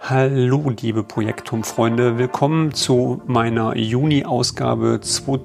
Hallo liebe Projektum-Freunde, willkommen zu meiner Juni-Ausgabe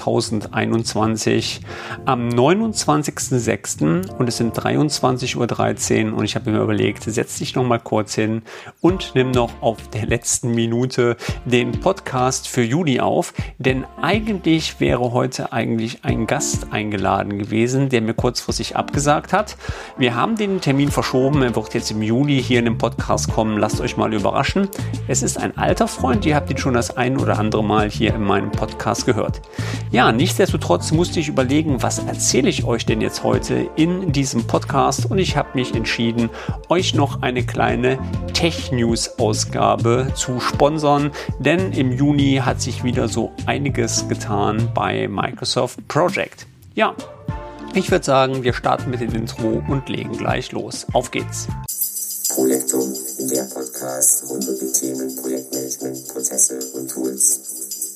2021 am 29.06. und es sind 23.13 Uhr und ich habe mir überlegt, setz dich noch mal kurz hin und nimm noch auf der letzten Minute den Podcast für Juni auf, denn eigentlich wäre heute ein Gast eingeladen gewesen, der mir kurzfristig abgesagt hat. Wir haben den Termin verschoben, er wird jetzt im Juli hier in den Podcast kommen, lasst euch mal überraschen. Es ist ein alter Freund, ihr habt ihn schon das ein oder andere Mal hier in meinem Podcast gehört. Ja, nichtsdestotrotz musste ich überlegen, was erzähle ich euch denn jetzt heute in diesem Podcast, und ich habe mich entschieden, euch noch eine kleine Tech-News-Ausgabe zu sponsern, denn im Juni hat sich wieder so einiges getan bei Microsoft Project. Ja, ich würde sagen, wir starten mit dem Intro und legen gleich los. Auf geht's! Projektum, der Podcast rund um die Themen Projektmanagement, Prozesse und Tools.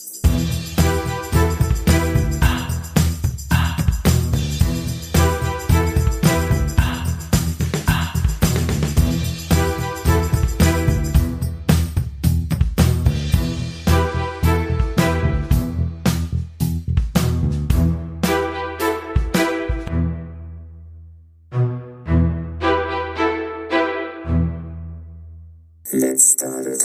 Let's start it.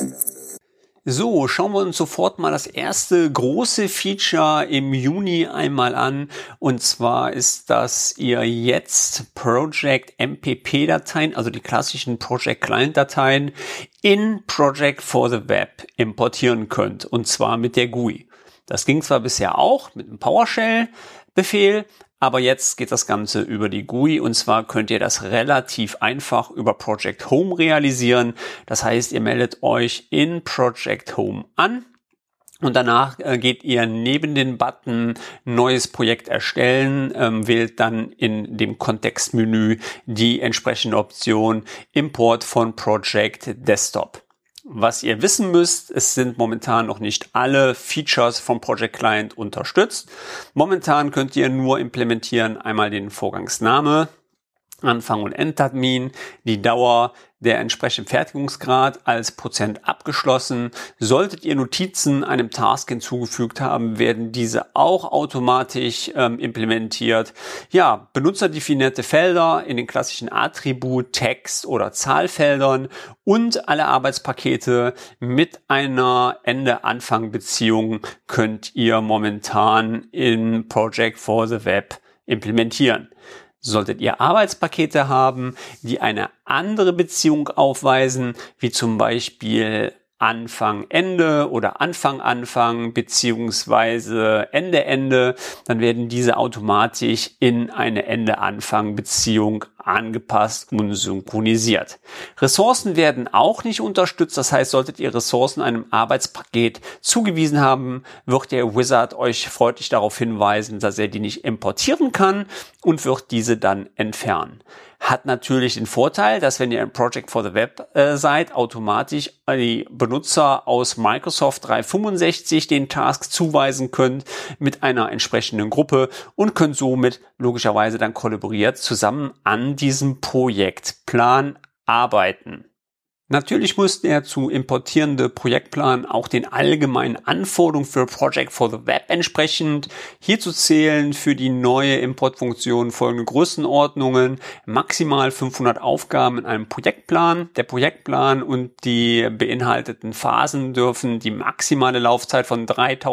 So, schauen wir uns sofort mal das erste große Feature im Juni einmal an. Und zwar ist, dass ihr jetzt Project MPP-Dateien, also die klassischen Project Client-Dateien, in Project for the Web importieren könnt. Und zwar mit der GUI. Das ging zwar bisher auch mit einem PowerShell-Befehl, aber jetzt geht das Ganze über die GUI, und zwar könnt ihr das relativ einfach über Project Home realisieren. Das heißt, ihr meldet euch in Project Home an und danach geht ihr neben den Button Neues Projekt erstellen, wählt dann in dem Kontextmenü die entsprechende Option Import von Project Desktop. Was ihr wissen müsst, es sind momentan noch nicht alle Features vom Project Client unterstützt. Momentan könnt ihr nur implementieren einmal den Vorgangsname, Anfang und Endtermin, die Dauer, der entsprechende Fertigungsgrad als Prozent abgeschlossen. Solltet ihr Notizen einem Task hinzugefügt haben, werden diese auch automatisch implementiert. Ja, benutzerdefinierte Felder in den klassischen Attribut-, Text- oder Zahlfeldern und alle Arbeitspakete mit einer Ende-Anfang-Beziehung könnt ihr momentan in Project for the Web implementieren. Solltet ihr Arbeitspakete haben, die eine andere Beziehung aufweisen, wie zum Beispiel Anfang-Ende oder Anfang-Anfang beziehungsweise Ende-Ende, dann werden diese automatisch in eine Ende-Anfang-Beziehung angepasst und synchronisiert. Ressourcen werden auch nicht unterstützt, das heißt, solltet ihr Ressourcen einem Arbeitspaket zugewiesen haben, wird der Wizard euch freundlich darauf hinweisen, dass er die nicht importieren kann und wird diese dann entfernen. Hat natürlich den Vorteil, dass wenn ihr in Project for the Web seid, automatisch die Benutzer aus Microsoft 365 den Task zuweisen könnt mit einer entsprechenden Gruppe und könnt somit logischerweise dann kollaboriert zusammen an diesem Projektplan arbeiten. Natürlich muss der zu importierende Projektplan auch den allgemeinen Anforderungen für Project for the Web entsprechend. Hierzu zählen für die neue Importfunktion folgende Größenordnungen: maximal 500 Aufgaben in einem Projektplan. Der Projektplan und die beinhalteten Phasen dürfen die maximale Laufzeit von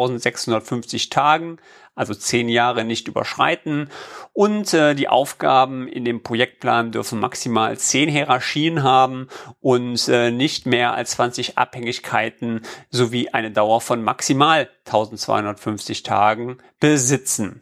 3650 Tagen, also 10 Jahre, nicht überschreiten, und die Aufgaben in dem Projektplan dürfen maximal 10 Hierarchien haben und nicht mehr als 20 Abhängigkeiten sowie eine Dauer von maximal 1250 Tagen besitzen.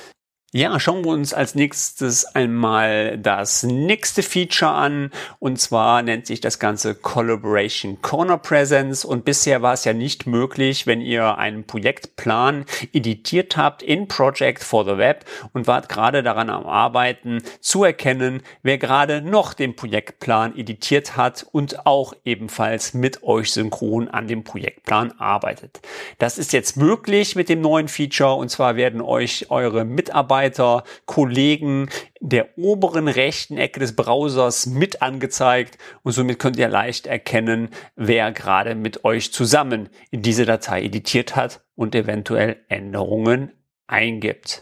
Ja, schauen wir uns als nächstes einmal das nächste Feature an, und zwar nennt sich das Ganze Collaboration Corner Presence, und bisher war es ja nicht möglich, wenn ihr einen Projektplan editiert habt in Project for the Web und wart gerade daran am Arbeiten, zu erkennen, wer gerade noch den Projektplan editiert hat und auch ebenfalls mit euch synchron an dem Projektplan arbeitet. Das ist jetzt möglich mit dem neuen Feature, und zwar werden euch eure Mitarbeiter Mitarbeiter, Kollegen der oberen rechten Ecke des Browsers mit angezeigt und somit könnt ihr leicht erkennen, wer gerade mit euch zusammen diese Datei editiert hat und eventuell Änderungen eingibt.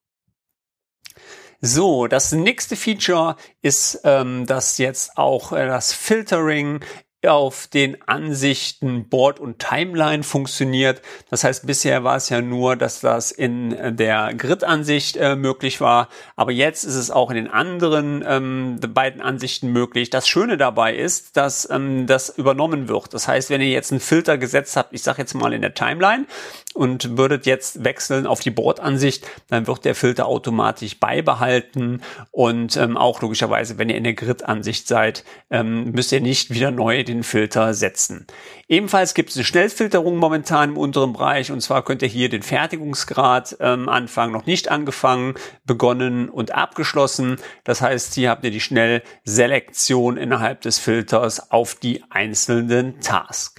So, das nächste Feature ist, dass jetzt auch das Filtering auf den Ansichten Board und Timeline funktioniert. Das heißt, bisher war es ja nur, dass das in der Grid-Ansicht möglich war, aber jetzt ist es auch in den anderen beiden Ansichten möglich. Das Schöne dabei ist, dass das übernommen wird. Das heißt, wenn ihr jetzt einen Filter gesetzt habt, ich sage jetzt mal in der Timeline, und würdet jetzt wechseln auf die Board-Ansicht, dann wird der Filter automatisch beibehalten und auch logischerweise, wenn ihr in der Grid-Ansicht seid, müsst ihr nicht wieder neu den Filter setzen. Ebenfalls gibt es eine Schnellfilterung momentan im unteren Bereich und zwar könnt ihr hier den Fertigungsgrad anfangen, noch nicht angefangen, begonnen und abgeschlossen. Das heißt, hier habt ihr die Schnellselektion innerhalb des Filters auf die einzelnen Tasks.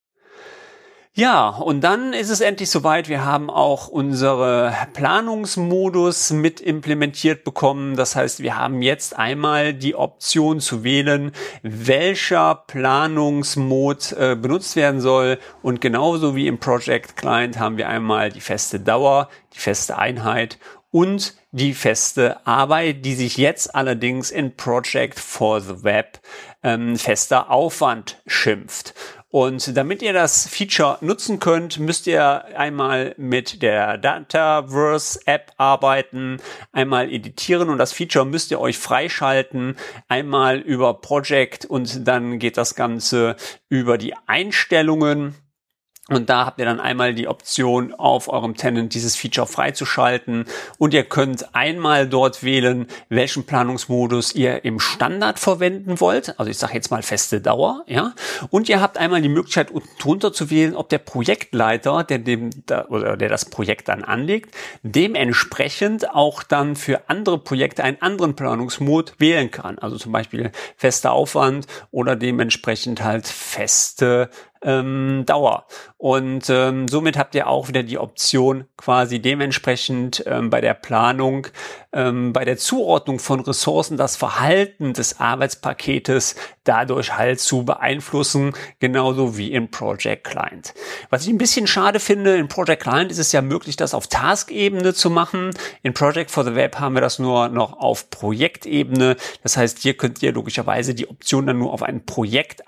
Ja, und dann ist es endlich soweit. Wir haben auch unsere Planungsmodus mit implementiert bekommen. Das heißt, wir haben jetzt einmal die Option zu wählen, welcher Planungsmod benutzt werden soll. Und genauso wie im Project Client haben wir einmal die feste Dauer, die feste Einheit und die feste Arbeit, die sich jetzt allerdings in Project for the Web fester Aufwand schimpft. Und damit ihr das Feature nutzen könnt, müsst ihr einmal mit der Dataverse-App arbeiten, einmal editieren und das Feature müsst ihr euch freischalten, einmal über Project und dann geht das Ganze über die Einstellungen. Und da habt ihr dann einmal die Option auf eurem Tenant dieses Feature freizuschalten und ihr könnt einmal dort wählen, welchen Planungsmodus ihr im Standard verwenden wollt. Also ich sage jetzt mal feste Dauer, ja. Und ihr habt einmal die Möglichkeit unten drunter zu wählen, ob der Projektleiter, der das Projekt dann anlegt, dementsprechend auch dann für andere Projekte einen anderen Planungsmod wählen kann. Also zum Beispiel fester Aufwand oder dementsprechend halt feste Dauer. Und somit habt ihr auch wieder die Option, quasi dementsprechend bei der Planung, bei der Zuordnung von Ressourcen das Verhalten des Arbeitspaketes dadurch halt zu beeinflussen, genauso wie im Project Client. Was ich ein bisschen schade finde, in Project Client ist es ja möglich, das auf Task-Ebene zu machen. In Project for the Web haben wir das nur noch auf Projektebene. Das heißt, hier könnt ihr logischerweise die Option dann nur auf ein Projekt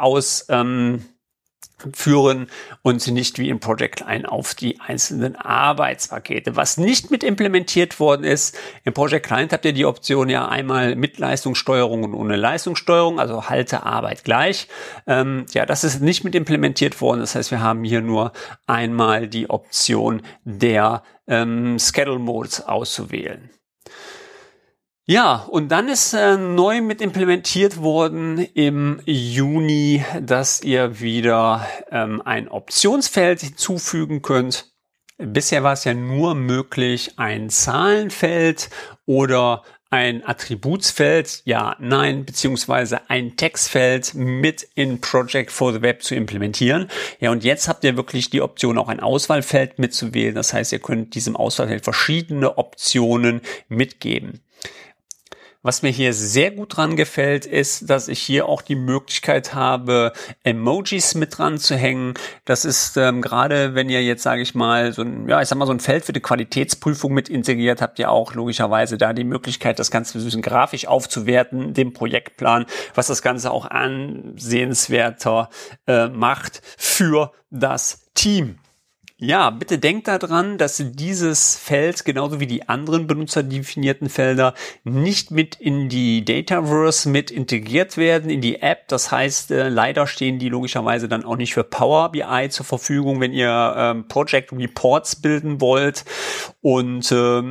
führen und nicht wie im Project Client auf die einzelnen Arbeitspakete. Was nicht mit implementiert worden ist, im Project Client habt ihr die Option ja einmal mit Leistungssteuerung und ohne Leistungssteuerung, also halte Arbeit gleich. Das ist nicht mit implementiert worden. Das heißt, wir haben hier nur einmal die Option der Schedule Modes auszuwählen. Ja, und dann ist neu mit implementiert worden im Juni, dass ihr wieder ein Optionsfeld hinzufügen könnt. Bisher war es ja nur möglich, ein Zahlenfeld oder ein Attributsfeld, ja, nein, beziehungsweise ein Textfeld mit in Project for the Web zu implementieren. Ja, und jetzt habt ihr wirklich die Option, auch ein Auswahlfeld mitzuwählen. Das heißt, ihr könnt diesem Auswahlfeld verschiedene Optionen mitgeben. Was mir hier sehr gut dran gefällt, ist, dass ich hier auch die Möglichkeit habe, Emojis mit dran zu hängen. Das ist gerade, wenn ihr jetzt, sage ich mal, so ein Feld für die Qualitätsprüfung mit integriert, habt ihr auch logischerweise da die Möglichkeit, das Ganze ein bisschen grafisch aufzuwerten, dem Projektplan, was das Ganze auch ansehenswerter macht für das Team. Ja, bitte denkt daran, dass dieses Feld, genauso wie die anderen benutzerdefinierten Felder, nicht mit in die Dataverse mit integriert werden, in die App. Das heißt, leider stehen die logischerweise dann auch nicht für Power BI zur Verfügung, wenn ihr Project Reports bilden wollt. Und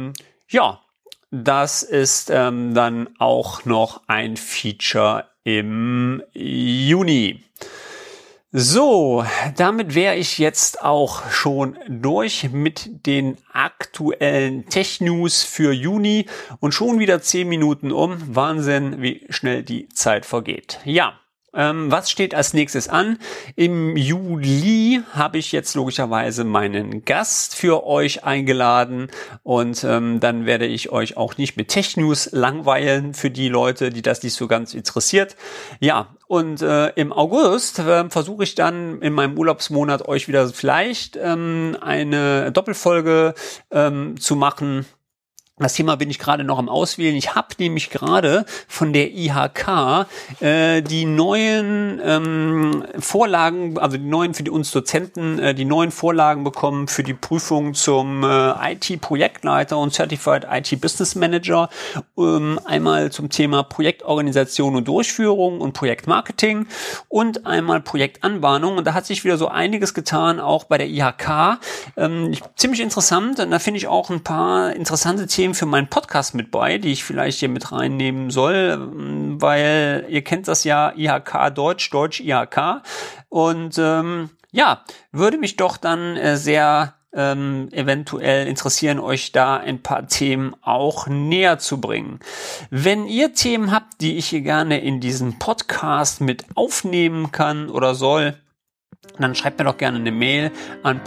das ist dann auch noch ein Feature im Juni. So, damit wäre ich jetzt auch schon durch mit den aktuellen Tech-News für Juni und schon wieder 10 Minuten um. Wahnsinn, wie schnell die Zeit vergeht. Ja, Was steht als nächstes an? Im Juli habe ich jetzt logischerweise meinen Gast für euch eingeladen und dann werde ich euch auch nicht mit Tech-News langweilen für die Leute, die das nicht so ganz interessiert. Ja, und im August versuche ich dann in meinem Urlaubsmonat euch wieder vielleicht eine Doppelfolge zu machen. Das Thema bin ich gerade noch am Auswählen. Ich habe nämlich gerade von der IHK die neuen Vorlagen, also die neuen für uns Dozenten, die neuen Vorlagen bekommen für die Prüfung zum IT-Projektleiter und Certified IT Business Manager. Einmal zum Thema Projektorganisation und Durchführung und Projektmarketing und einmal Projektanbahnung. Und da hat sich wieder so einiges getan, auch bei der IHK. Ziemlich interessant. Und da finde ich auch ein paar interessante Themen für meinen Podcast mit bei, die ich vielleicht hier mit reinnehmen soll, weil ihr kennt das ja, IHK Deutsch IHK und würde mich doch dann sehr eventuell interessieren, euch da ein paar Themen auch näher zu bringen. Wenn ihr Themen habt, die ich hier gerne in diesem Podcast mit aufnehmen kann oder soll, dann schreibt mir doch gerne eine Mail an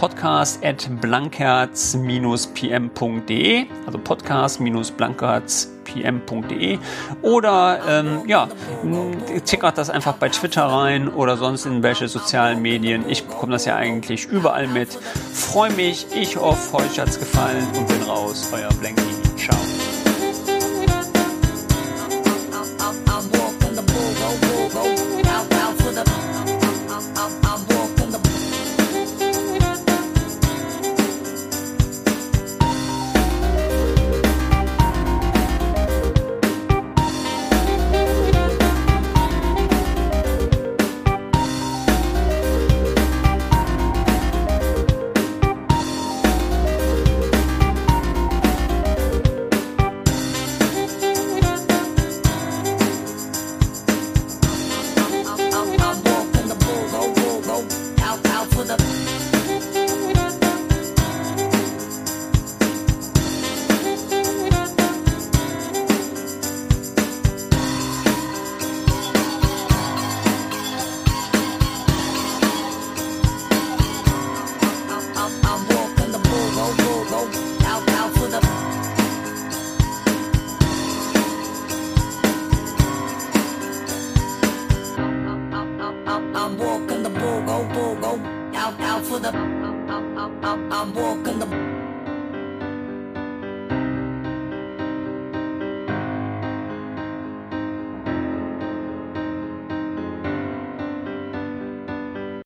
podcast@blankherz-pm.de, also podcast-blankherz-pm.de oder tickert das einfach bei Twitter rein oder sonst in welche sozialen Medien. Ich bekomme das ja eigentlich überall mit. Freue mich, ich hoffe, euch hat's gefallen und bin raus. Euer Blanky. Ciao. I'm walking the